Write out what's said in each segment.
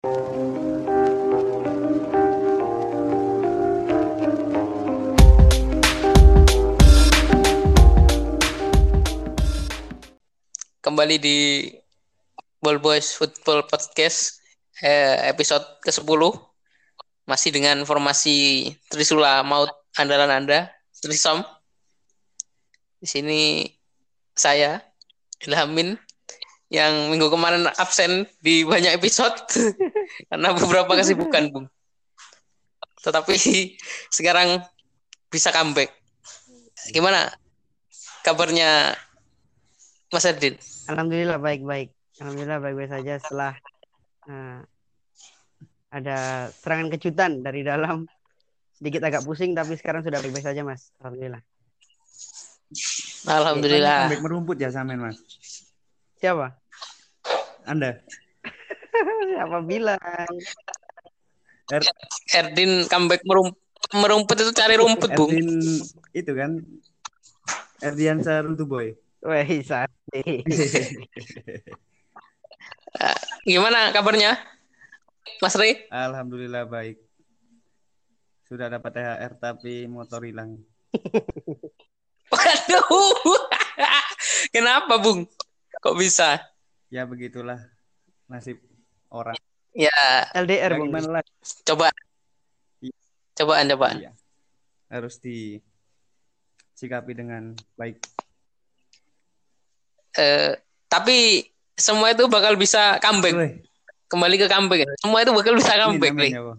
Kembali di Ball Boys Football Podcast episode ke-10, masih dengan formasi Trisula Maut andalan Anda, Trisom. Di sini saya Ilhamin yang minggu kemarin absen di banyak episode karena beberapa kesibukan, Bung. Tetapi sekarang bisa comeback. Gimana kabarnya Mas Erdin? Alhamdulillah baik-baik. Alhamdulillah baik-baik saja setelah ada serangan kejutan dari dalam. Sedikit agak pusing tapi sekarang sudah baik-baik saja, Mas. Alhamdulillah. Alhamdulillah. Comeback merumput ya Samen, Mas? Siapa? Anda. Siapa bilang? Erdin comeback merumput itu cari rumput, Bung. Erdin itu kan Erdiansa Runtu Boy. Wih, Gimana kabarnya, Mas Rey? Alhamdulillah baik. Sudah dapat THR tapi motor hilang. Waduh. Kenapa, Bung? Kok bisa? Ya begitulah nasib orang. Ya, LDR, Bung. Gimana lah? coba. Iya. Harus disikapi dengan baik. Tapi semua itu bakal bisa comeback. Wih. Kembali ke comeback. Semua itu bakal bisa comeback. Amin, ya,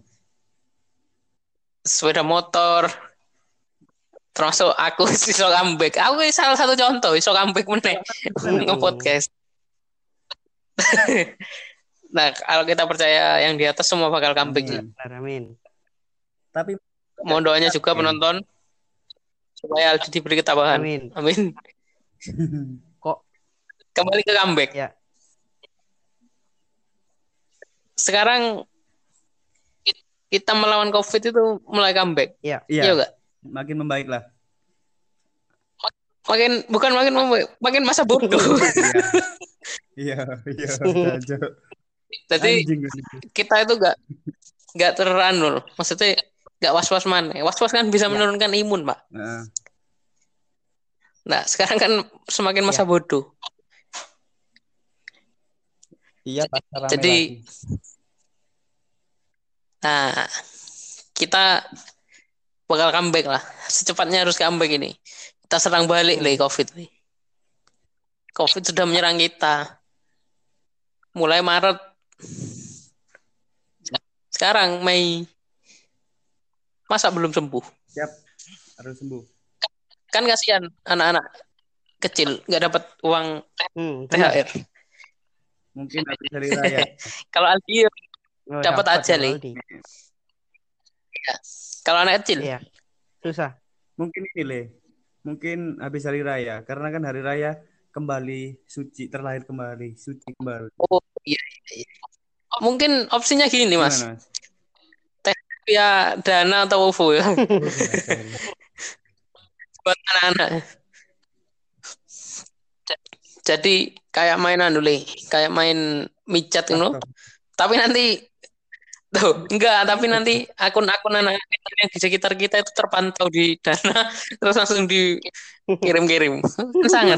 sepeda motor, termasuk aku iso comeback. Aku salah satu contoh iso comeback meneh nge-podcast. Nah, kalau kita percaya yang di atas semua bakal comeback. Amin. Tapi mohon doanya juga penonton supaya Aldi diberi ketabahan. Amin. Kok kembali ke comeback? Ya. Sekarang kita melawan COVID itu mulai comeback. Iya. Iya enggak? Makin membaik lah. Makin masa bodoh. Iya. Jadi kita itu enggak terranul. Maksudnya enggak was-was mana. Was-was kan bisa menurunkan imun, Pak. Nah, sekarang kan semakin masa bodoh. Iya, jadi nah, kita bakal comeback lah. Secepatnya harus comeback ini. Kita serang balik lagi COVID nih. COVID sudah menyerang kita. Mulai Maret. Sekarang Mei. Masa belum sembuh? Siap, harus sembuh. Kan kasihan anak-anak kecil nggak dapat uang THR. Mungkin habis hari raya. Kalau Aldi dapat aja nih. Ya. Kalau anak kecil susah. Mungkin ini Le. Mungkin habis hari raya karena kan hari raya kembali suci, terlahir kembali, suci kembali. Oh iya. Mungkin opsinya gini, Mas. Gimana, Mas? Ya Dana atau OVO ya. Buat anak-anak. Jadi kayak mainan dulu, kayak main micat gitu. Tapi nanti tapi nanti akun-akun anak yang di sekitar kita itu terpantau di Dana terus langsung dikirim-kirim. Sangat.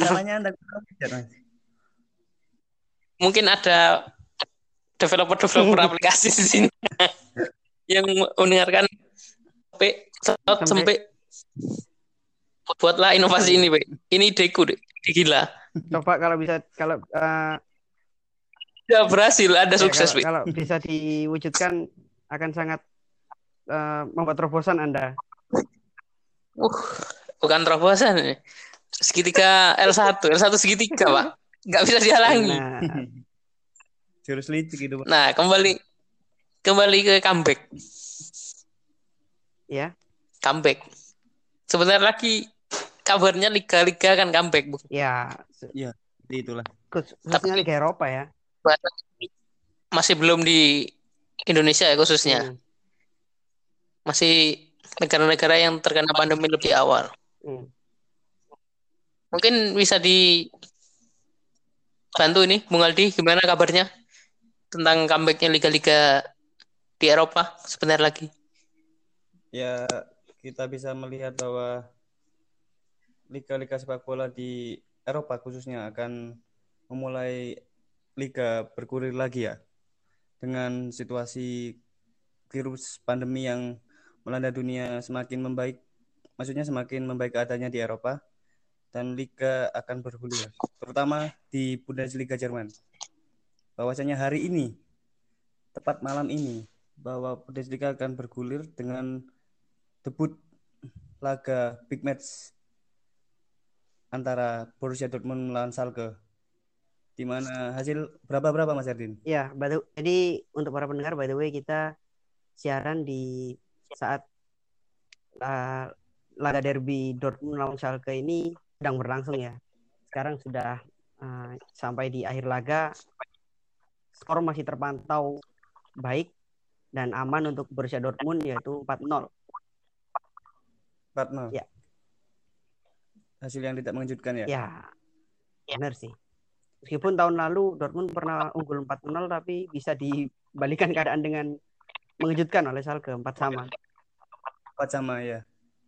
Mungkin ada developer aplikasi di sini yang mendengarkan sampai buatlah inovasi ini, Pak. Ini ideku, gila. Coba kalau ya berhasil, ada sukses, Pak. Kalau bisa diwujudkan akan sangat membuat terobosan Anda. Bukan terobosan. Segitiga L1 segitiga, Pak. Nggak bisa dihalangi. Jurus licik itu. Nah, kembali ke comeback. Ya. Comeback. Sebentar lagi kabarnya liga-liga kan comeback, Bu. Ya. Iya, itulah. Khususnya Liga Eropa ya. Masih belum di Indonesia ya khususnya. Masih negara-negara yang terkena pandemi lebih awal. Mungkin bisa dibantu ini, Bung Aldi, gimana kabarnya? tentang comebacknya liga-liga di Eropa sebentar lagi. Ya, kita bisa melihat bahwa liga-liga sepak bola di Eropa khususnya akan memulai liga bergulir lagi ya. Dengan situasi virus pandemi yang melanda dunia semakin membaik, maksudnya semakin membaik keadaannya di Eropa, dan liga akan bergulir, terutama di Bundesliga Jerman. Bahwasanya hari ini, tepat malam ini, bahwa Bundesliga akan bergulir dengan debut laga big match antara Borussia Dortmund melawan Schalke, di mana hasil berapa Mas Erdin? Ya, jadi untuk para pendengar, by the way, kita siaran di saat laga derby Dortmund lawan Schalke ini sedang berlangsung ya. Sekarang sudah sampai di akhir laga, skor masih terpantau baik dan aman untuk Borussia Dortmund, yaitu 4-0. 4-0. Ya. Hasil yang tidak mengejutkan ya? Ya, benar sih. Meskipun tahun lalu Dortmund pernah unggul 4-0, tapi bisa dibalikan keadaan dengan mengejutkan oleh Schalke 4-0. 4-0 ya.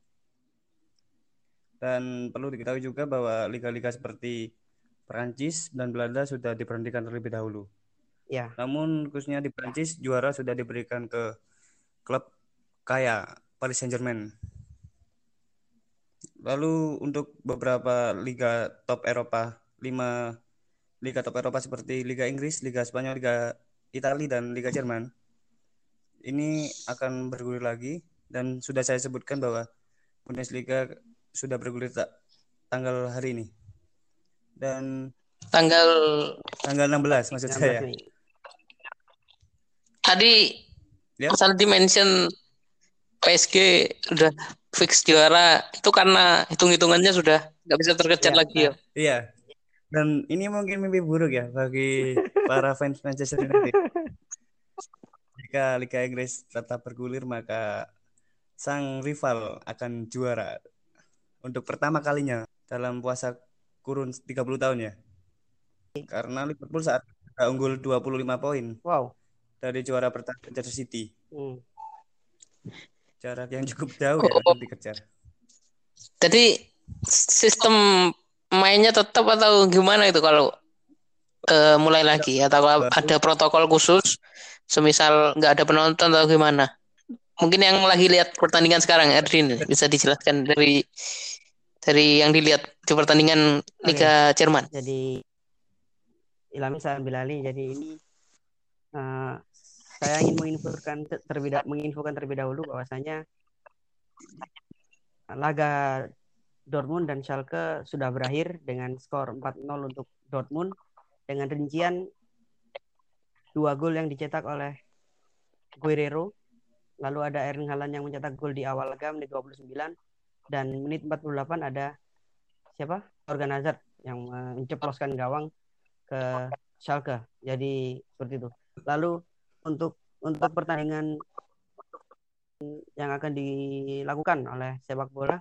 Dan perlu diketahui juga bahwa liga-liga seperti Perancis dan Belanda sudah diberhentikan terlebih dahulu. Ya. Namun khususnya di Perancis juara sudah diberikan ke klub kayak Paris Saint-Germain. Lalu untuk beberapa liga top Eropa, 5 liga top Eropa seperti Liga Inggris, Liga Spanyol, Liga Italia dan Liga Jerman, ini akan bergulir lagi, dan sudah saya sebutkan bahwa Bundesliga sudah bergulir tanggal hari ini. Dan tanggal 16 maksud 16 saya. Mei. Tadi Ya. Mas Aldi mention PSG udah fix juara, itu karena hitung-hitungannya sudah nggak bisa terkejar lagi ya. Iya. Dan ini mungkin mimpi buruk ya bagi para fans Manchester United. Jika Liga Inggris tetap bergulir, maka sang rival akan juara untuk pertama kalinya dalam puasa kurun 30 tahun ya. Karena Liverpool saat unggul 25 poin. Wow. Dari juara pertama Manchester City. Jarak yang cukup jauh ya untuk dikejar. Jadi sistem mainnya tetap atau gimana itu kalau mulai lagi, atau ada protokol khusus semisal nggak ada penonton atau gimana? Mungkin yang lagi lihat pertandingan sekarang, Erdin, bisa dijelaskan dari yang dilihat di pertandingan Liga Jerman. Jadi Ilhami saya ambil alih. Jadi ini saya ingin menginfokan terlebih dahulu bahwasanya laga Dortmund dan Schalke sudah berakhir dengan skor 4-0 untuk Dortmund, dengan rincian 2 gol yang dicetak oleh Guerrero. Lalu ada Erling Haaland yang mencetak gol di awal laga menit 29, dan menit 48 ada siapa? Thorgan Hazard yang menceploskan gawang ke Schalke. Jadi seperti itu. Lalu untuk pertandingan yang akan dilakukan oleh sepak bola,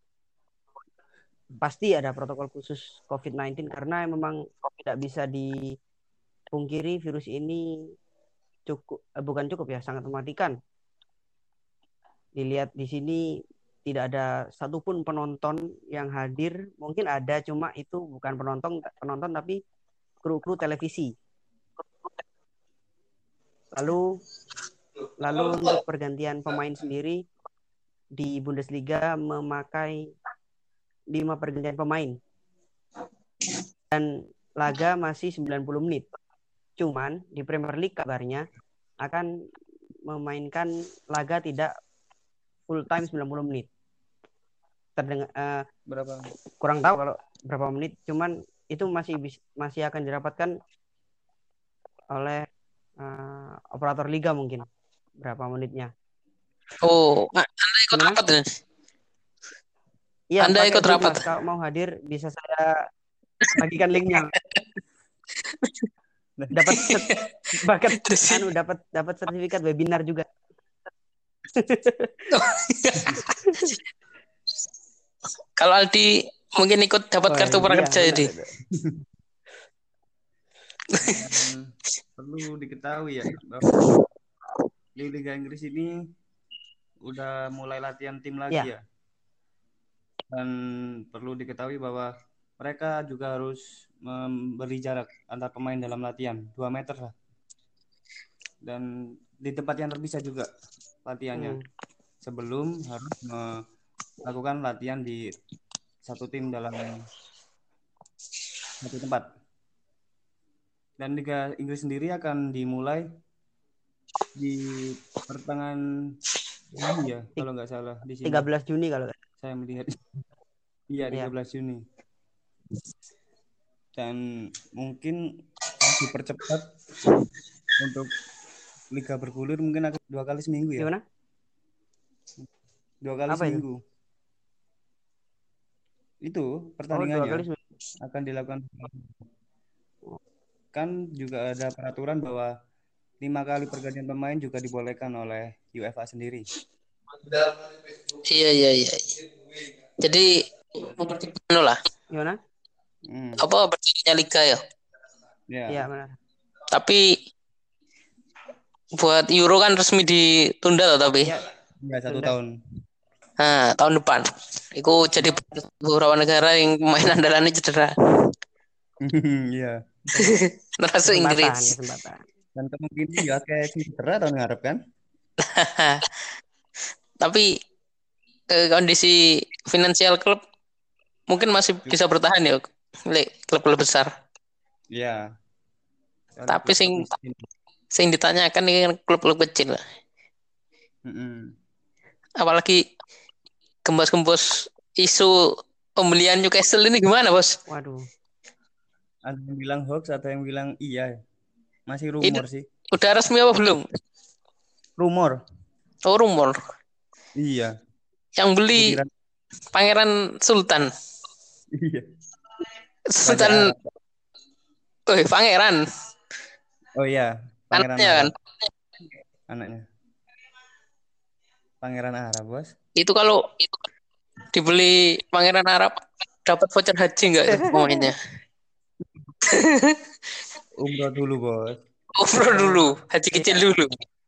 pasti ada protokol khusus COVID-19 karena memang tidak bisa dipungkiri virus ini sangat mematikan. Dilihat di sini tidak ada satupun penonton yang hadir. Mungkin ada, cuma itu bukan penonton tapi kru televisi. Lalu untuk pergantian pemain sendiri di Bundesliga memakai 5 pergantian pemain. Dan laga masih 90 menit. Cuman di Premier League kabarnya akan memainkan laga tidak full time 90 menit. Berapa? Kurang tahu kalau berapa menit, cuman itu masih akan dirapatkan oleh operator liga mungkin berapa menitnya. Oh, Anda ikut rapat nih? Iya, Anda ikut rapat. Kalau mau hadir bisa saya bagikan linknya. Dapat sertifikat webinar juga. Kalau Aldi mungkin ikut dapat kartu prakerja jadi. Dan perlu diketahui ya bahwa di Liga Inggris ini udah mulai latihan tim lagi ya. Dan perlu diketahui bahwa mereka juga harus memberi jarak antar pemain dalam latihan 2 meter lah. Dan di tempat yang terpisah juga latihannya. Sebelum harus melakukan latihan di satu tim dalam satu tempat. Dan Liga Inggris sendiri akan dimulai di pertengahan Juni ya, kalau nggak salah di sini. 13 Juni kalau saya melihat. Iya, 13 Juni. Dan mungkin dipercepat untuk liga bergulir mungkin akan 2 kali seminggu ya. Gimana? 2 kali Apa seminggu. Itu pertandingannya 2 kali seminggu. akan dilakukan. Kan juga ada peraturan bahwa 5 kali pergantian pemain juga dibolehkan oleh UEFA sendiri. Iya. Jadi anu lah. Gimana? Apa berjalannya liga ya? Iya, benar. Tapi buat Euro kan resmi ditunda loh tapi. Ya, 1 tahun. Nah, tahun depan. Itu jadi beberapa negara yang pemain andalannya cedera. Iya. Termasuk Inggris. Kesempatan. Dan kemungkinan ya kayak cedera tahun ngarep kan. Tapi kondisi finansial klub mungkin masih bisa bertahan ya, klub-klub besar. Iya. Tapi sing ditanyakan ini kan klub-klub kecil lah. Apalagi gembos-gembos isu pembelian Newcastle ini gimana, Bos? Waduh. Ada yang bilang hoax, ada yang bilang iya. Masih rumor sih. Udah resmi apa belum? Rumor. Oh, rumor. Iya. Yang beli Pangeran Sultan. Iya. Sultan. Pangeran. Oh iya, Pangeran anaknya Arab. Kan? Anaknya. Pangeran Arab, Bos. Itu kalau dibeli Pangeran Arab dapat voucher haji enggak itu pemainnya? Umroh dulu, Bos. Umroh dulu, haji kecil dulu.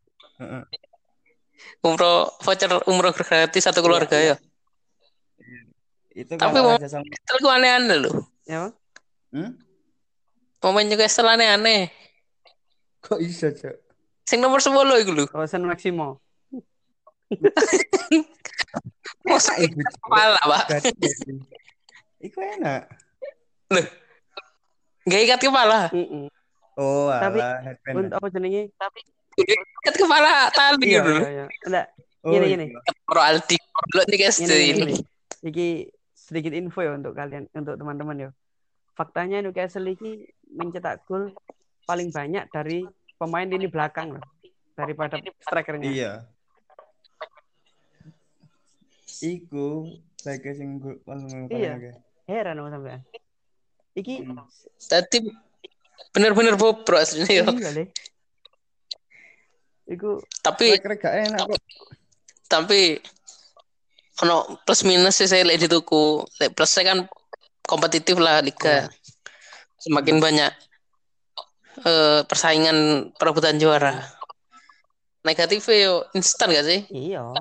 Umroh gratis satu keluarga ya. Itu tapi itu aneh-aneh loh. Ya, Pemain Newcastle aneh-aneh. Kok bisa, Cok? Sing nomor 10 iku lho. San Maximo. Masa kepala, Pak. Iku enak. Loh. Gak ikat kepala. Oh, tapi headband. Untuk apa jenenge? Tapi ikat kepala tali gitu loh. Iya. Enggak. Gini. Pro Aldi lo nih guys ini. Iki sedikit info ya untuk kalian, untuk teman-teman ya. Faktanya Newcastle ini mencetak gol paling banyak dari pemain lini belakang loh, daripada strikernya. Iya. Iku lagi sing gol paling banyak. Heran sama sampean. Iki tadi bener-bener bobrok aslinya ya. Iya deh. Iku tapi gak enak kok. Tapi ono plus minus sih saya lihat di tuku. Plusnya kan kompetitif lah liga. Semakin banyak persaingan perebutan juara. Negatifnya yo instan gak sih? Iya.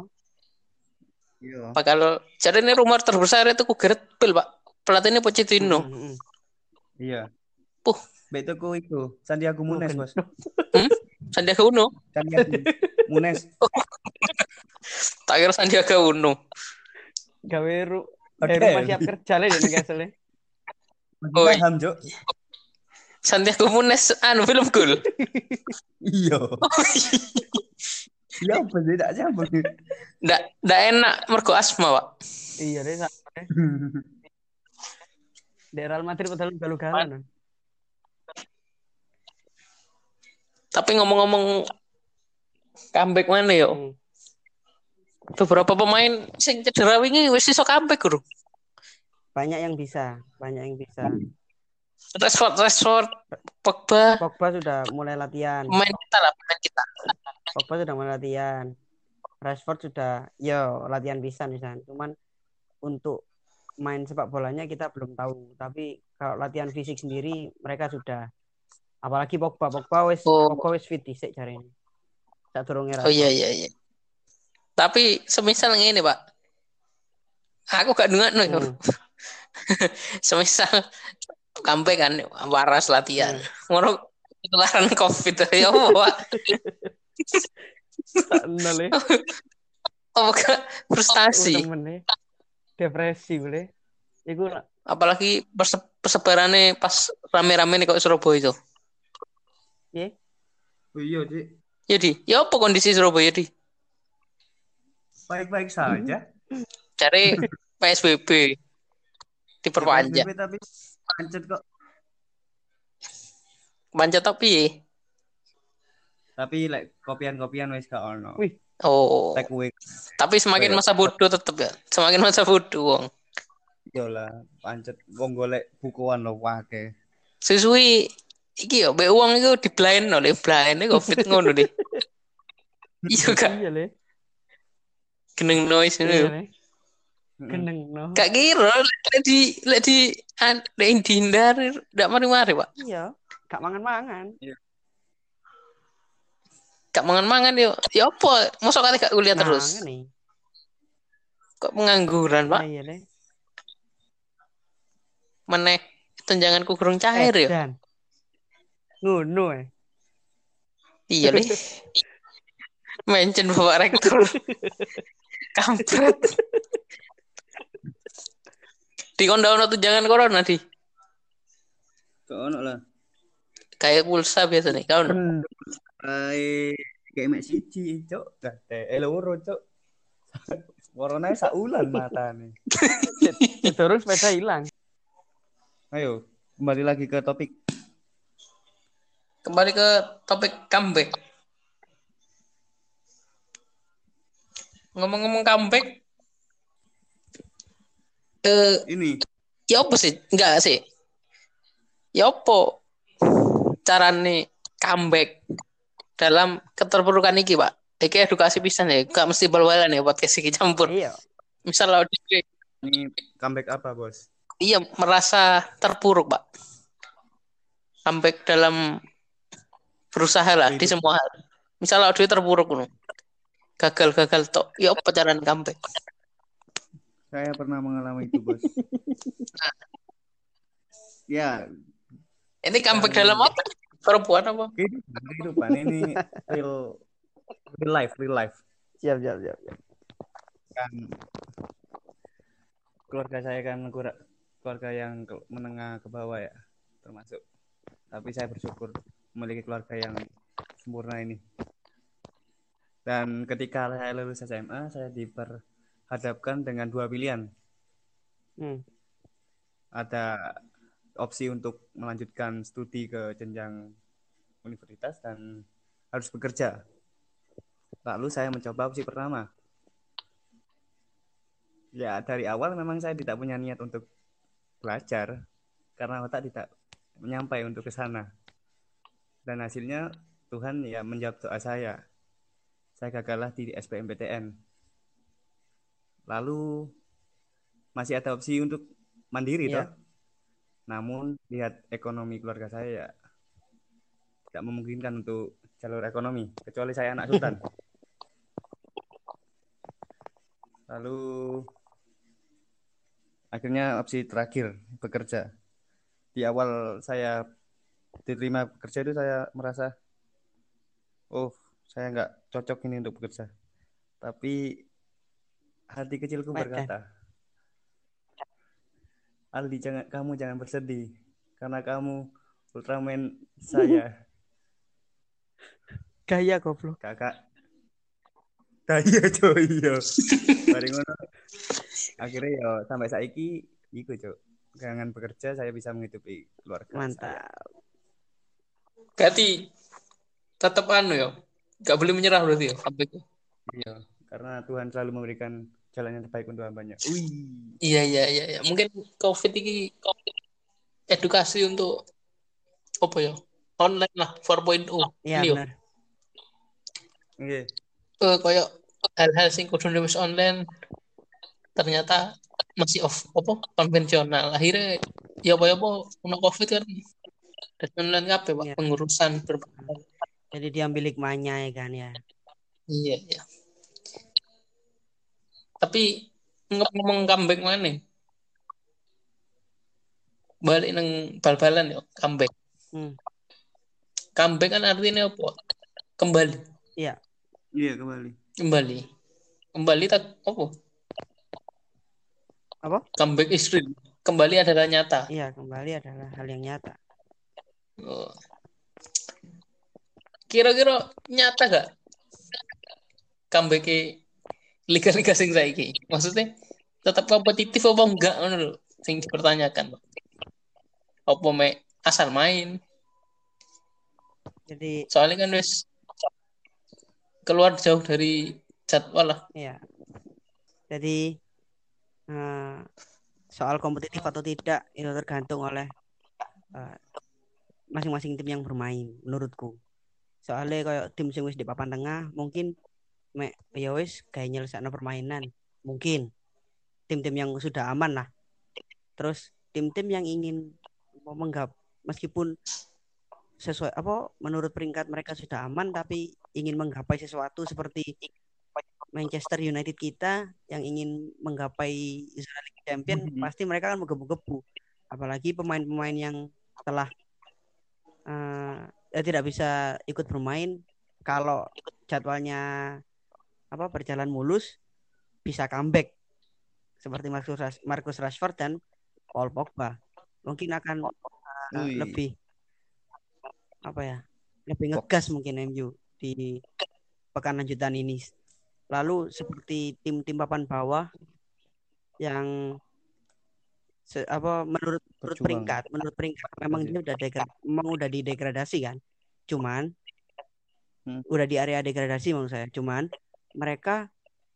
Bakal jadi ini rumor terbesar itu Gareth Bale, Pak. Pelatihnya Pochettino. Iya. Betul itu Santiago Nunes, Bos. Sandiaga Uno. Santiago Nunes. Tak kira Sandiaga Uno. Gawe rumah siap kerja lah di Newcastle. Paham, Jok. Santiago Nunes film gol. Iya. Ya apa sih tak nyambung. Ndak enak mergo asma, Pak. Iya deh. Di Real Madrid padahal galu-galan. Tapi ngomong-ngomong comeback mana yo? Beberapa pemain sing cedera wingi wis iso comeback, Guru. Banyak yang bisa. Rashford, Pogba sudah mulai latihan. Pemain kita. Pogba sudah mulai latihan. Rashford sudah latihan bisa misalnya. Cuman untuk main sepak bolanya kita belum tahu. Tapi kalau latihan fisik sendiri mereka sudah Apalagi Pogba Oh, fit dhisik jarene. Sadurunge oh iya Rashford. iya iya. Tapi semisal ngene, Pak. Aku gak dengar yo. Hmm. Semisal comeback kan waras latihan. Hmm. Ngono ketularan Covid ya apa, Pak? Tak nol Oh, gak frustasi. temen depresi boleh. Iku Apalagi persebarannya pas rame-rame nih kok Surabaya itu. piye? Oh iya, Dik. Jadi, ya apa kondisi Surabaya di? Baik-baik saja. Cari PSBB Ya diperpanjang. PSBB tapi pancet kok. Panjat tapi Tapi kopian-kopian wis gak ono. Wih, oh, Take away tapi semakin kayak masa bodoh tetap ya. Semakin masa bodoh wong. yo lah pancet wong golek bukuan lo wake. Sesuai iki yo be uang itu di blind oleh blind Covid ngono deh. Iya kak, iya le. geneng noise Iya ini. le. Geneng no. Kak kira lek dihindari ndak mari-mari, Pak. Iya, gak mangan-mangan. Gak mangan-mangan yo. Ya apa? Mosok kate gak kuliah terus. Mangan nih. Kok pengangguran, Pak? Nah, iya le. Meneh tunjanganku kurang cair ya. Dan ngono Iya nih. Mention Bapak Rektor. Kampret. Di ono tunjangan corona di. Kok ono lah. Kayak pulsa biasa nih. Kau ono. Kayak mek siji, Cuk. Loro, Cuk. Corona saulan matane. terus sepeda hilang. Ayo, kembali lagi ke topik. Kembali ke topik comeback. Ngomong-ngomong comeback. Ini Ya apa sih? Enggak sih. Ya apa carane comeback dalam keterpurukan iki, Pak? Iki edukasi pisan ya. Gak mesti bal-balan ya podcast iki campur. Iya. Misal ini comeback apa, Bos? iya merasa terpuruk, Pak. Comeback dalam berusaha lah di semua hal. Misal dia terpuruk loh. Gagal tok. Ya apa carane comeback? Saya pernah mengalami itu, Bos. Ya, Ini comeback dalam apa? Perempuan apa? kehidupan ini real life. Siap. Kan keluarga saya kan keluarga yang menengah ke bawah ya, termasuk. Tapi saya bersyukur memiliki keluarga yang sempurna ini. Dan ketika saya lulus SMA, saya diperhadapkan dengan dua pilihan. Ada opsi untuk melanjutkan studi ke jenjang universitas dan harus bekerja. Lalu saya mencoba opsi pertama. Ya, dari awal memang saya tidak punya niat untuk belajar karena otak tidak menyampai untuk ke sana. Dan hasilnya Tuhan ya menjawab doa saya. Saya gagallah di SBMPTN. Lalu masih ada opsi untuk mandiri toh. Namun lihat ekonomi keluarga saya ya tidak memungkinkan untuk jalur ekonomi kecuali saya anak sultan. Lalu akhirnya opsi terakhir bekerja. Di awal saya diterima bekerja itu saya merasa saya nggak cocok ini untuk bekerja. Tapi hati kecilku berkata, Aldi, kamu jangan bersedih karena kamu Ultraman saya. Gaya goblok. Kakak. Gaya coy yo. Bareng ngono. Akhirnya ya sampai saiki iku, Cuk. Dengan bekerja saya bisa menghidupi keluarga. Mantap. Berarti tetap ya. Gak boleh menyerah berarti ya. Iya, karena Tuhan selalu memberikan jalan yang terbaik untuk hambanya. Iya. Mungkin COVID ini edukasi untuk apa ya? Online lah 4.0. Iya benar. Oke. Kayak hal-hal sing kudu wis online ternyata masih konvensional. Akhirnya ya apa ono COVID kan Dan online kabeh Pak Iya. pengurusan perbankan. Jadi diambil hikmahnya ya kan ya. Iya, iya. Tapi ngomong comeback mana? Balik nang bal-balan yo, comeback. Hmm. Comeback kan artinya apa? Kembali. Iya. Iya, kembali. Kembali. Kembali tak apa? Apa? Comeback is real. Kembali adalah nyata. Iya, kembali adalah hal yang nyata. Oh. Kira-kira nyata gak comeback liga-liga sing saiki? Maksudnya tetap kompetitif apa enggak ngono lho sing dipertanyakan. Apa asal main? Jadi Soalnya kan wis keluar jauh dari jadwal lah. iya. Jadi soal kompetitif atau tidak itu tergantung oleh masing-masing tim yang bermain menurutku. Soalnya kayak tim sing wis di papan tengah mungkin ya wis kayak nyelesaikno permainan. Mungkin tim-tim yang sudah aman lah. Terus tim-tim yang ingin menggap meskipun sesuai apa menurut peringkat mereka sudah aman tapi ingin menggapai sesuatu seperti Manchester United kita yang ingin menggapai zona Liga Champion pasti mereka kan menggebu-gebu. Apalagi pemain-pemain yang telah tidak bisa ikut bermain kalau jadwalnya berjalan mulus bisa comeback seperti Marcus Rashford dan Paul Pogba mungkin akan lebih lebih ngegas mungkin MU di pekan lanjutan ini. Lalu seperti tim-tim papan bawah yang menurut peringkat memang dia udah didegradasi kan. Cuman udah di area degradasi maksud saya. Cuman mereka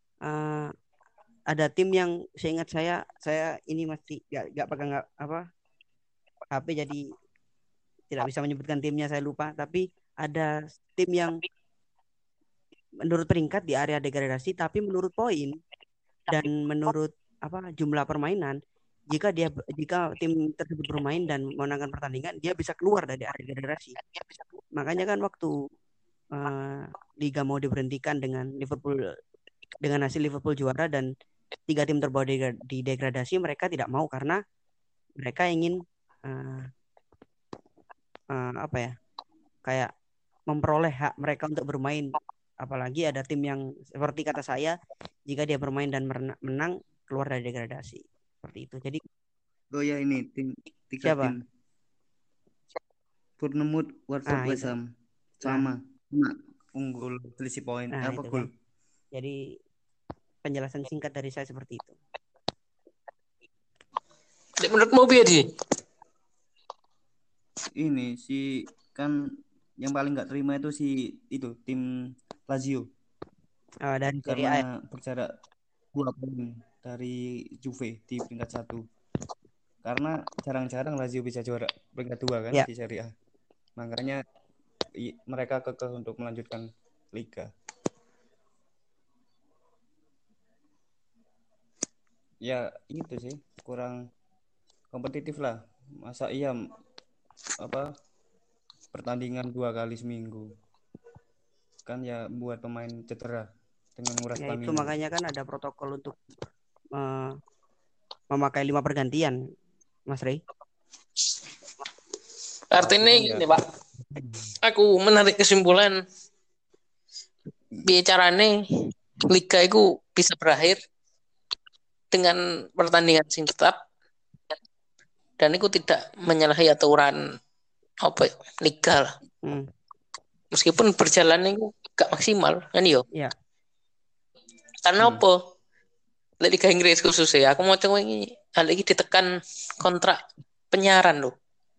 ada tim yang seingat saya ini masih gak pegang HP jadi tidak bisa menyebutkan timnya, saya lupa, tapi ada tim yang menurut peringkat di area degradasi tapi menurut poin dan menurut jumlah permainan jika tim tersebut bermain dan memenangkan pertandingan dia bisa keluar dari area degradasi. Makanya kan waktu liga mau diberhentikan dengan hasil Liverpool juara dan 3 tim terbawah di degradasi, mereka tidak mau karena mereka ingin kayak memperoleh hak mereka untuk bermain. Apalagi ada tim yang seperti kata saya, jika dia bermain dan menang keluar dari degradasi seperti itu. Jadi ya ini tim 3 tim Bournemouth, Watford, West Ham sama unggul selisih poin gol. Kan. Jadi penjelasan singkat dari saya seperti itu. Menurutmu piye di? Ini si kan yang paling nggak terima itu tim Lazio. Dari karena berjarak 2 poin dari Juve di peringkat 1. Karena jarang-jarang Lazio bisa juara peringkat 2 kan di Serie A. Makanya mereka kekeh untuk melanjutkan liga. Ya itu sih kurang kompetitif lah. Masa iya pertandingan 2 kali seminggu kan ya buat pemain cedera dengan nguras stamina. Itu makanya kan ada protokol untuk memakai 5 pergantian, Mas Rey. Artinya ini Pak, aku menarik kesimpulan bicarane liga itu bisa berakhir dengan pertandingan sing tetap dan itu tidak menyalahi aturan liga lah. Meskipun berjalan itu gak maksimal kan yo. Iya. Karena apa? Liga Inggris khususnya aku mau coba ini hal ini ditekan kontrak penyiaran loh.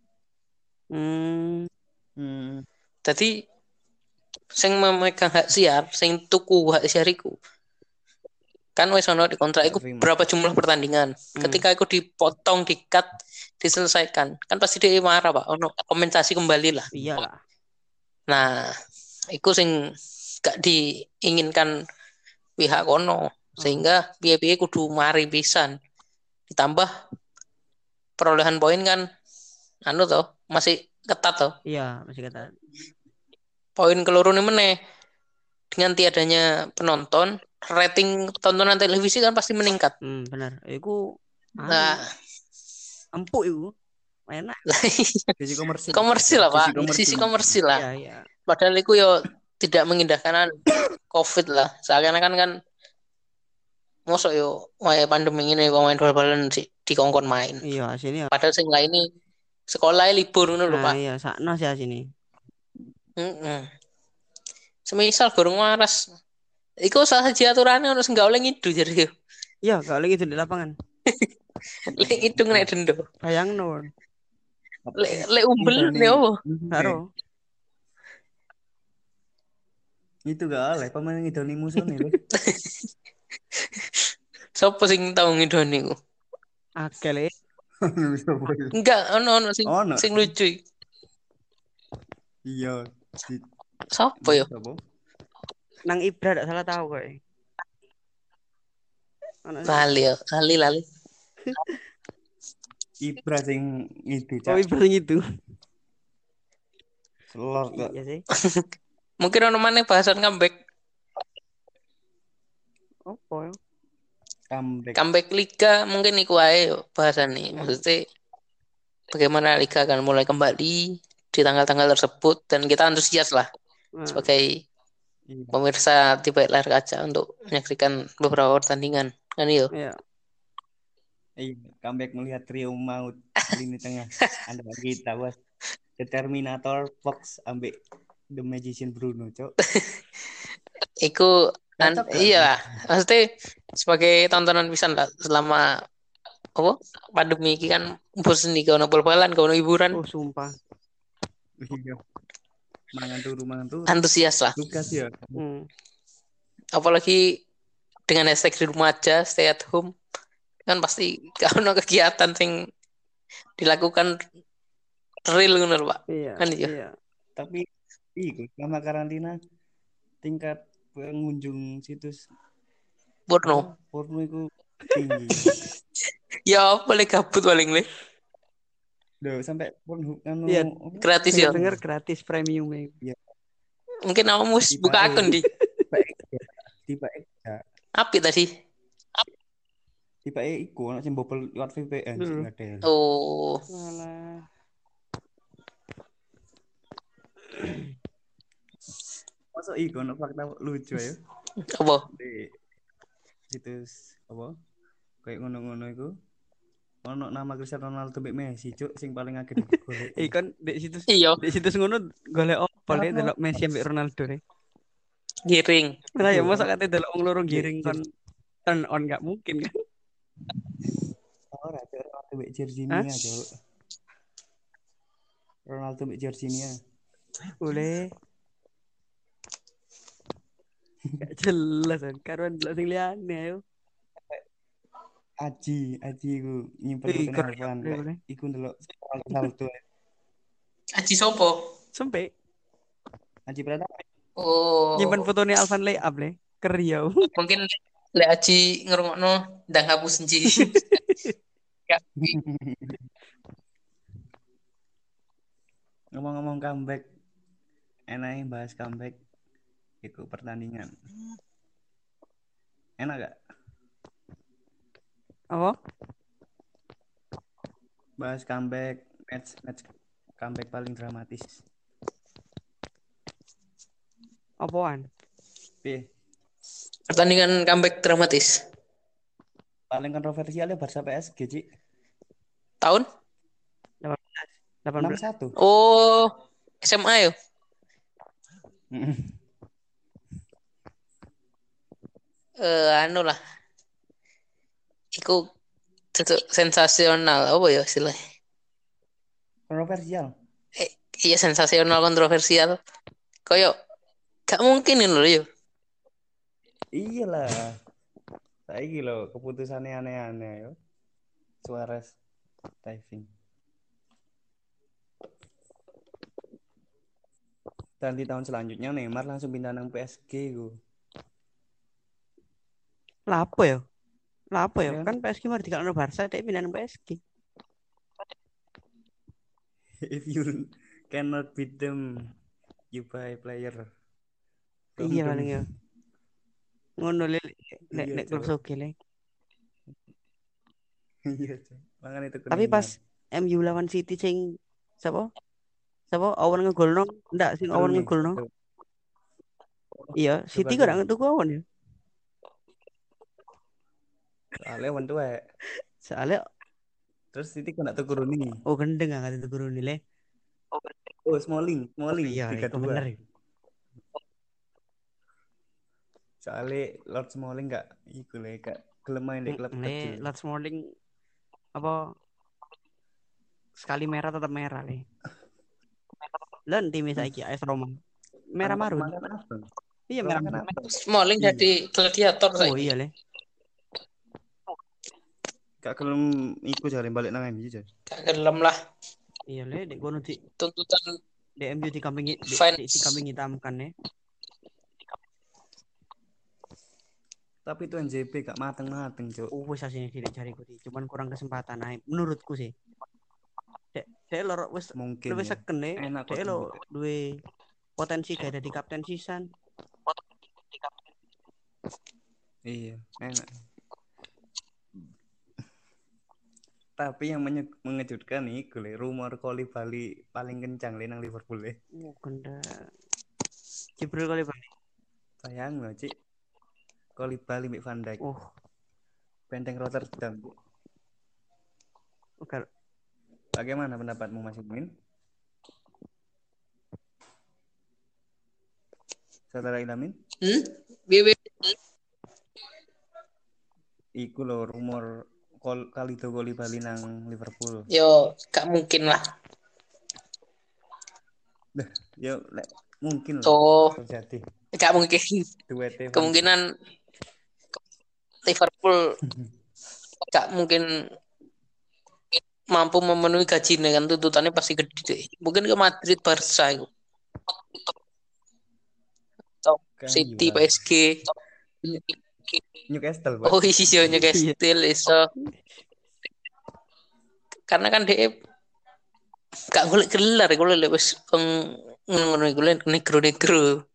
Jadi sing memegang hak siar, sing tuku hak siariku kan wis ono di kontrak itu berapa jumlah pertandingan. Ketika aku dipotong, di-cut, diselesaikan, kan pasti dia marah Pak, ono kompensasi kembali lah. Iyalah. Nah, itu sing gak diinginkan pihak kono, sehingga piye-piye kudu mari pisan. Ditambah perolehan poin kan masih ketat toh. Iya, masih ketat. Poin keloro meneh dengan tiadanya penonton, rating tontonan televisi kan pasti meningkat. Benar. Iku Nah, empuk iku. Enak. Sisi komersil. komersil lah Pak, Sisi sisi komersil. komersil lah. Iya, iya. Padahal itu yo tidak mengindahkan COVID lah. Seakan-akan kan mosok yo wae pandemi ini kok main bal-balan sih dikongkon main. Iya, sini ya. Padahal sing lain ini sekolah libur ngono lho, Nah, Pak. iya, sakno sih sini. Heeh. Semisal gorong waras. Iku salah siji aturane ono sing gak oleh ngidu jadi yo. Iya, kalau lagi itu di lapangan. Lek idung nek dendo. Bayangno. Lek umbel nek opo? Karo. Itu gak oleh pemain ngidoni musuh nih loh. Sopo sing tau ngidoni niku? Akeh le. Enggak, ono Ono. sing lucu. Iya. Sopo yo? Nang Ibra gak salah tahu kok. Lali. Ibra sing itu, Oh, Cak. Ibra sing itu. Selor kok. Iya sih. Mungkin ono maneh bahasan comeback. Opo ya? Comeback liga mungkin iku wae yo bahasane. Maksudnya bagaimana liga akan mulai kembali di tanggal-tanggal tersebut dan kita antusias lah sebagai pemirsa di balik layar kaca untuk menyaksikan beberapa pertandingan kan yo. Iya. Comeback melihat trio maut lini tengah antara kita bos. The Terminator, Fox, ambek The Magician Bruno, Cok. Iku iya, maksudnya sebagai tontonan pisan lah selama apa pandemi ini kan bosen nih kalau bal-balan kalau hiburan. Oh, sumpah. Iya. Mangan turu. Antusias lah. Lukas ya. Apalagi dengan hashtag di rumah aja, stay at home. Kan pasti kalau kegiatan yang dilakukan real bener Pak. Iya. Kan iya. Tapi selama karantina tingkat pengunjung situs porno itu tinggi. Ya boleh gabut paling le. Duh, sampai Pornhub kan Iya, gratis ya. Dengar gratis premium ya. Mungkin kamu buka akun di. Tiba Api tadi. Tiba iku ana sing bobol lewat VPN sing ngadel. Oh. Alah. Masuk iku ono fakta lucu ya. Apa? Di situs apa? Kayak ngono-ngono iku. Ono nama Cristiano Ronaldo mbek Messi, Cuk, sing paling akeh digolek. Kan di situs. Iya. Di situs ngono golek opo le delok Messi mbek Ronaldo ne. Giring. Lah ya masa kate delok wong loro giring kon turn on gak mungkin kan. Ora Ronaldo mbek Jorginho, Cuk. Ronaldo mbek Jorginho. Boleh. Gak jelas kan karuan delok sing liyane ayo. Aji iku nyimpen telepon. Iku ndelok Ronaldo. Aji sopo? Sampai Aji Pratama. Oh. Nyimpen fotone Alvan Layup le. Keriau. Mungkin lek Aji ngrungokno ndang hapus enji. Ngomong-ngomong comeback. Enaknya bahas comeback. Iku pertandingan. Enak gak? Apa? Bahas comeback, match comeback paling dramatis. Apaan? Pertandingan comeback dramatis. Paling kontroversial ya Barca PSG, Cik. Tahun? 18. Oh, SMA ya? Anu lah. Iku sensasional apa ya istilahnya? Kontroversial. Iya sensasional kontroversial. Kayak gak mungkin ini loh ya. Iyalah. Saiki lho keputusannya aneh-aneh yo. Suarez diving. Dan di tahun selanjutnya Neymar langsung pindah nang PSG ku. Lah apa ya? Ya. Kan PSG mari dikakno Barca, dia pindah nang PSG. If you cannot beat them. You buy player from Iya them. paling ya. Ngono le nek Iya, nek klub Cok. soge le. Iya, Cok. Makanya itu Tapi pas kuningan. MU lawan City sing siapa? Siapa Owen ngegolno? Ndak sing Owen Rooney. ngegolno. Iya, City kok ndak ngetuku Owen ya. Soalnya Owen tuwek. Soalnya Terus Siti kena tuku Rooney. oh gendeng angkat itu guru nilai. Oh, Smalling Oh iya, itu 32. bener. Soalnya Lord Smalling gak iku le gak gelem main di klub kecil. Last morning apa sekali merah tetap merah le. Len tim saiki AS Roma. Merah marun. Iya merah marun. Smalling jadi gladiator Oh saiki. iya le. Gak gelem iku jare balik nang MU jare. Gak gelem lah. Iya le, dek kono di Tuntutan DMU di kambing fans. di kambing hitamkan ya. Tapi itu NJP gak mateng-mateng, Cuk. Wis asine tidak cari kuti, cuman kurang kesempatan ae menurutku sih. Dek loro wis Mungkin luwih ya. seken nih. Enak kok Dek lo sendiri. duwe potensi gak dadi kapten sisan. Iya, enak. Tapi yang mengejutkan nih, gue rumor Koulibaly paling kencang le nang Liverpool le. Kenda Jibril Koulibaly. Sayang loh, Cik. Koulibaly mbek Van Dijk. Benteng Rotterdam. Oke. Bagaimana pendapatmu Mas Imin? Saudara Ilamin? BB Iku loh rumor Kalidou Koulibaly nang Liverpool. yo gak mungkin lah. Yo mungkin lah So terjadi. gak mungkin. Duete Kemungkinan Liverpool gak mungkin mampu memenuhi gajinya kan, tuntutannya pasti gede. Mungkin ke Madrid, Barca itu. Atau City, PSG. Newcastle, Oh iya, Newcastle iso. Karena kan dia gak golek gelar, golek wis ngono iku negro-negro.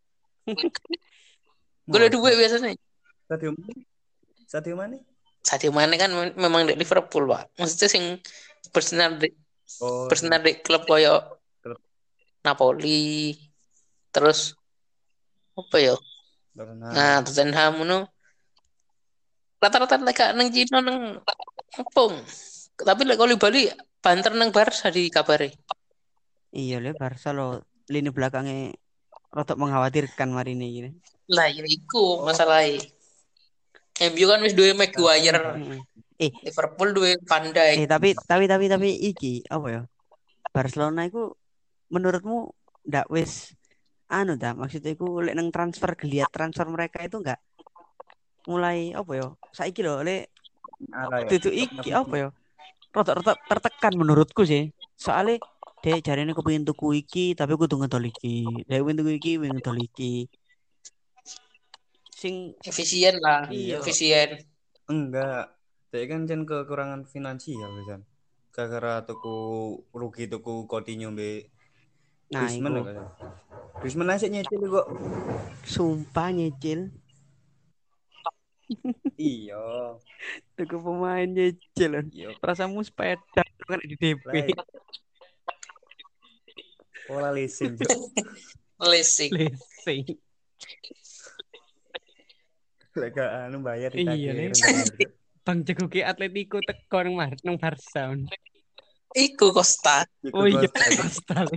Golek duit biasanya. Sadio Mane? Sadio Mane kan memang di Liverpool, Pak. Maksudnya sing bersinar di klub koyo Napoli. Terus apa ya? Nah, Tottenham ngono. Rata-rata lek nang Cina nang Opung. Tapi lek Koulibaly banter nang Barca di kabare. Iya le Barca lo lini belakangnya rotok mengkhawatirkan hari ini gini. Lah ya iku masalahnya. MU kan wis duwe Maguire. Liverpool duwe Van Dijk. Tapi iki apa ya? Barcelona itu menurutmu ndak wis dah maksudnya iku lek nang transfer geliat transfer mereka itu enggak mulai apa ya? Saiki lho lek itu iki apa ya? Rotok tertekan menurutku sih. Soalnya dek jarene kepengin tuku iki tapi kudu ngedol iki. Dek pengen tuku iki pengen ngedol iki. Sing efisien lah, efisien. Enggak. Dek kan jen kekurangan finansial kan. Gara-gara rugi tuku Coutinho mbek Griezmann kan. Griezmann aja nyicil kok. Sumpah nyicil. Iya. Tuku pemain nyicil. Perasaanmu sepeda kan di DP. Pola leasing, Cuk. Leasing. Lek anu bayar ditagih. Bang jago ke Atletico teko nang Barca. Iku Costa. Oh iya Costa.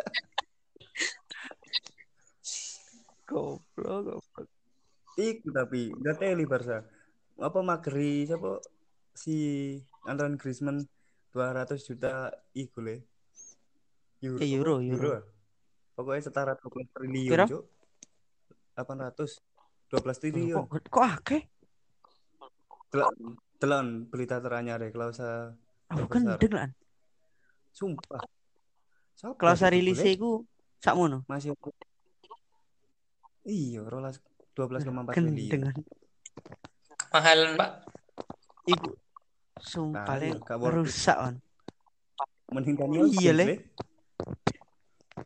Goblok. Iku tapi enggak teli Barca. Apa mageri siapa si Antoine Griezmann 200 juta iku le. Euro. Pokoknya setara 12 triliun, Cuk. 12 triliun. Kok akeh? Telan berita teranyar ya klausa. Gendeng lan. Sumpah. Klausa rilis iku sakmono. Masih iya, 12,4 triliun. Mahalan, Pak. Iku sumpah rusak on. Mending Daniel iya le.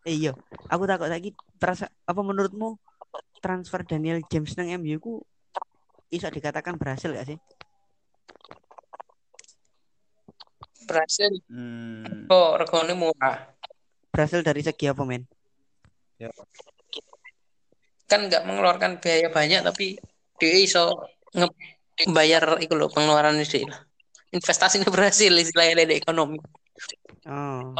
Iya, aku takut lagi terasa apa menurutmu transfer Daniel James nang MU ku iso dikatakan berhasil gak sih? Berhasil Hmm, kok regane murah. Berhasil dari segi apa, men? ya. Kan nggak mengeluarkan biaya banyak tapi dia iso ngebayar itu loh pengeluaran ini lah. Investasinya berhasil istilahnya dari ekonomi. Oh,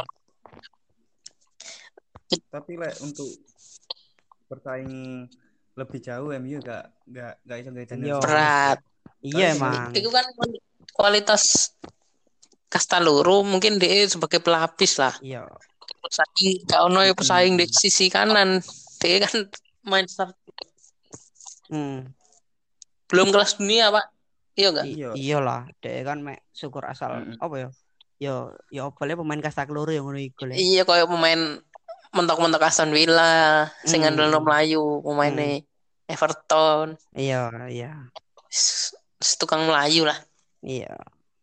Tapi untuk bersaing lebih jauh MU gak bisa dari Daniel iya. James Berat. ya. Iya Soalnya Daniel emang. Itu kan kualitas kasta loro mungkin dia sebagai pelapis lah. Iya. Pesaing gak ono ya pesaing di Mm-mm. sisi kanan. Dia kan main start Hmm. belum kelas dunia, Pak. Iya enggak? Iya. Iyalah, dek kan mek syukur asal Mm-mm. apa ya? Yo yo opale pemain kasta keloro yang ngono iku le. Iya kayak pemain mentok-mentok Aston Villa, sing andalno Hmm. Melayu, pemainnya Hmm. Everton, Iya, iya. tukang Melayu lah. Iya.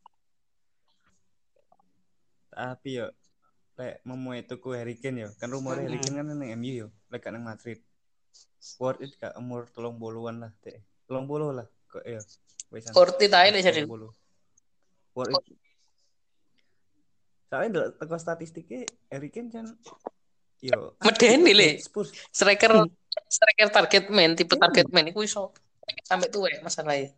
Tapi yo lek memuai tuku Harry Kane yo. Kan rumornya Harry Hmm. Kane kan nang MU yo, lek gak nang Madrid. Worth it gak umur 30-an lah, Dek. 30 lah kok ya. Wisan. Kurti tae lek jadi. 30. Worth it. Soalnya ndelok teko statistiknya Harry Kane kan yo Medeni le. Spurs. Striker striker target man, tipe target man iku iso sampai tuwa masalahnya.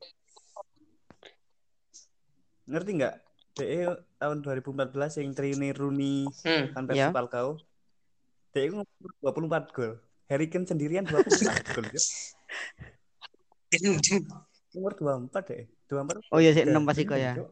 Ngerti nggak? DE tahun 2014 yang Trini Rooney Van Persie Ya. Falcao. DE ngumur 24 gol. Harry Kane sendirian 24 gol. Ya. Umur 24 deh. 24. Oh iya sih 6 pasti kok ya.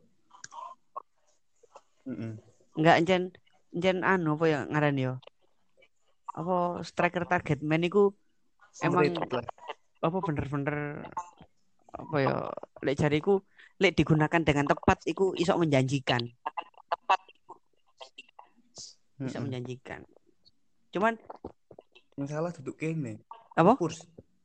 Enggak encen anu apa ya ngaran yo. Apa striker target man iku emang apa bener-bener apa ya lek jariku lek digunakan dengan tepat iku iso menjanjikan. Bisa menjanjikan. Cuman yang salah duduk kene. apa? Spurs.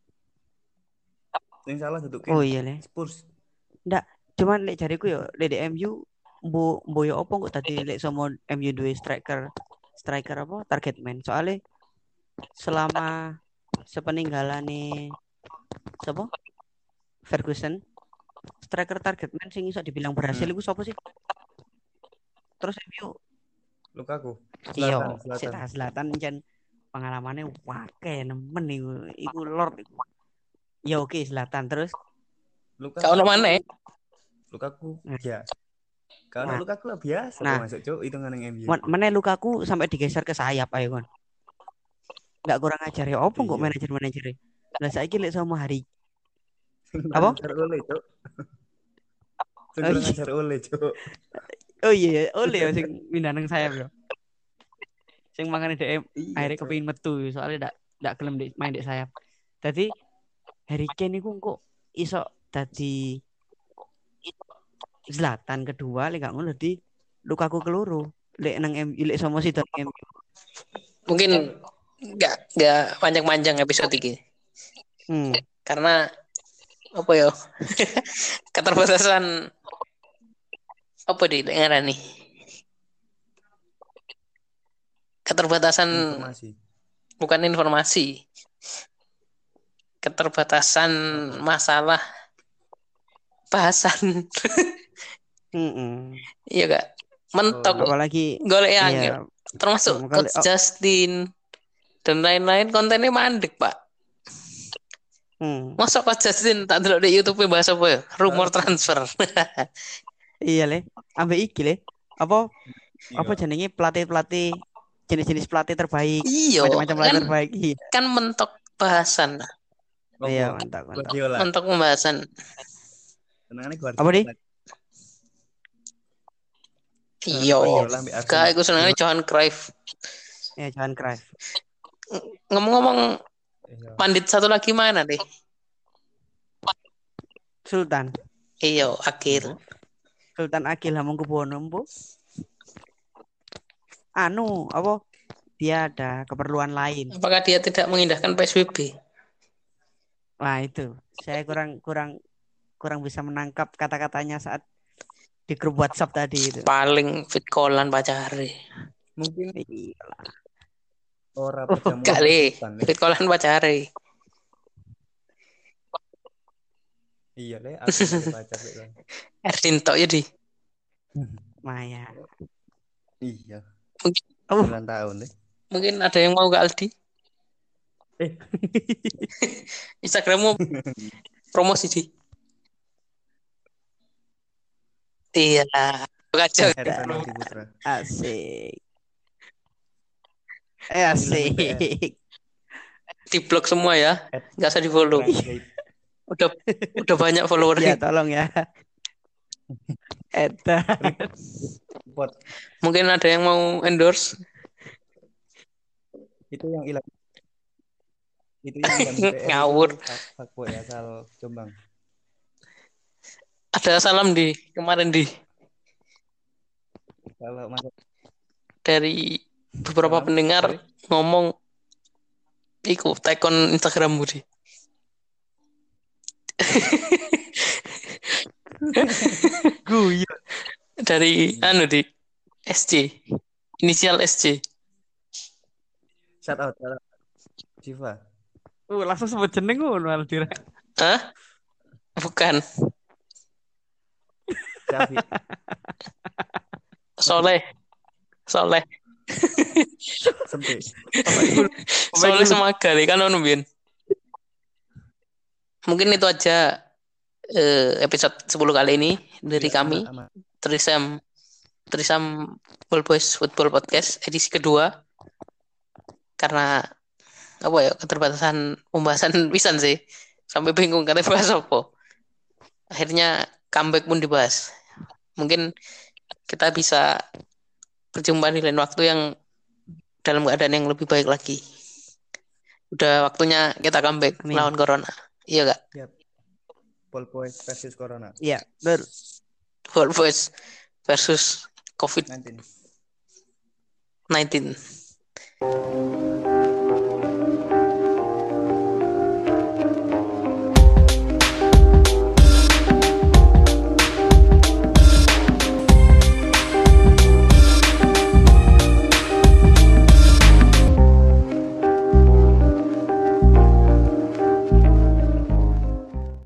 Yang salah duduk kene. Oh iya le. Spurs. Ndak, cuman lek jariku yo lek di MU mbo yo opo kok tadi lek sama MU duwe striker apa target man. Soalnya selama sepeninggalane siapa? Ferguson striker target man sing iso dibilang berhasil iku sapa sih? Terus MU Lukaku. iya, Zlatan. Zlatan jan pengalamannya wake nemen iku lord iku. Ya oke Zlatan terus Kau ono mana? Lukaku ya. Kalau Lukaku lah biasa masuk cuk hitungan yang MU. Mana Lukaku sampai digeser ke sayap ayo kon. Enggak kurang ajar ya opo kok manajer. Lah saiki lek sama hari apa? Oleh, cuk. Kurang ajar oleh, cuk. Oh iya, oleh sing pindah nang sayap yo. Sing makane dhek akhirnya kepengin metu soalnya ndak gelem main di sayap. Dadi Harry Kane iku kok iso dadi Zlatan kedua lek gak ngono dadi Lukaku keloro lek nang MU lek sama si MU. Mungkin enggak panjang-panjang episode ini. Karena apa ya? Keterbatasan apa di dengaran nih? Keterbatasan informasi. Bukan informasi. Keterbatasan masalah bahasan. Iya gak? Mentok. Apalagi golek angel. Termasuk Coach Justin dan lain-lain kontennya mandek, Pak. Masa Coach Justin tak delok di YouTube bahasa apa ya? Rumor transfer. Iya le, ambek iki le. Apa jenenge pelatih jenis-jenis pelatih terbaik. Iya, macam-macam pelatih terbaik. Kan mentok bahasan. Iya, mantap. Mentok pembahasan. Apa nih? Iya, kayak aku senengnya Johan Cruyff. Ya, Johan Cruyff. Ngomong-ngomong, pandit satu lagi mana deh? Sultan. Iya, Akil. Sultan Akil Hamengkubuwono mpo. Anu, apa? Dia ada keperluan lain. Apakah dia tidak mengindahkan PSBB? Nah, itu. Saya kurang bisa menangkap kata-katanya saat di grup WhatsApp tadi itu. Paling fit callan pacare. Mungkin Ora perjamuan Kali, kesutan. Pit kolan pacare. Iya le, aku nggak ada pacar le. Erdin tok ya di. Maya. Iya. Mungkin, 9 tahun le. mungkin ada yang mau ke Aldi. Instagrammu promosi di. Iya, kacau. Edi Putra. Asik. Panggilan BBM. Asik. Di blog semua ya, nggak usah di follow. Udah banyak Ya followernya. tolong ya. Eta. Report. Mungkin ada yang mau endorse. Itu yang hilang. Itu yang hilang PR Ngawur. itu fuckboy asal Jombang. Ada salam di kemarin di Kalau masuk dari beberapa salam pendengar dari ngomong iku tekon Instagrammu di. Guyu. Dari anu di SC. Inisial SC. shout out Jiva. Langsung sebut jeneng ngono Aldira. Hah? Bukan. Syafi. Soleh. Sempe. Soleh Semaga kan ono Bin. Mungkin itu aja episode 10 kali ini dari Ya, kami. aman. Trisam Ball Boys Football Podcast edisi kedua. Karena apa ya, keterbatasan pembahasan pisan sih. Sampai bingung katanya bahas apa. Akhirnya comeback pun dibahas. Mungkin kita bisa berjumpa di lain waktu yang dalam keadaan yang lebih baik lagi. Udah waktunya kita comeback Amin. lawan Corona. Iya gak? Yap. Ball Boys versus Corona. Iya, betul. Ball Boys versus COVID-19. 19.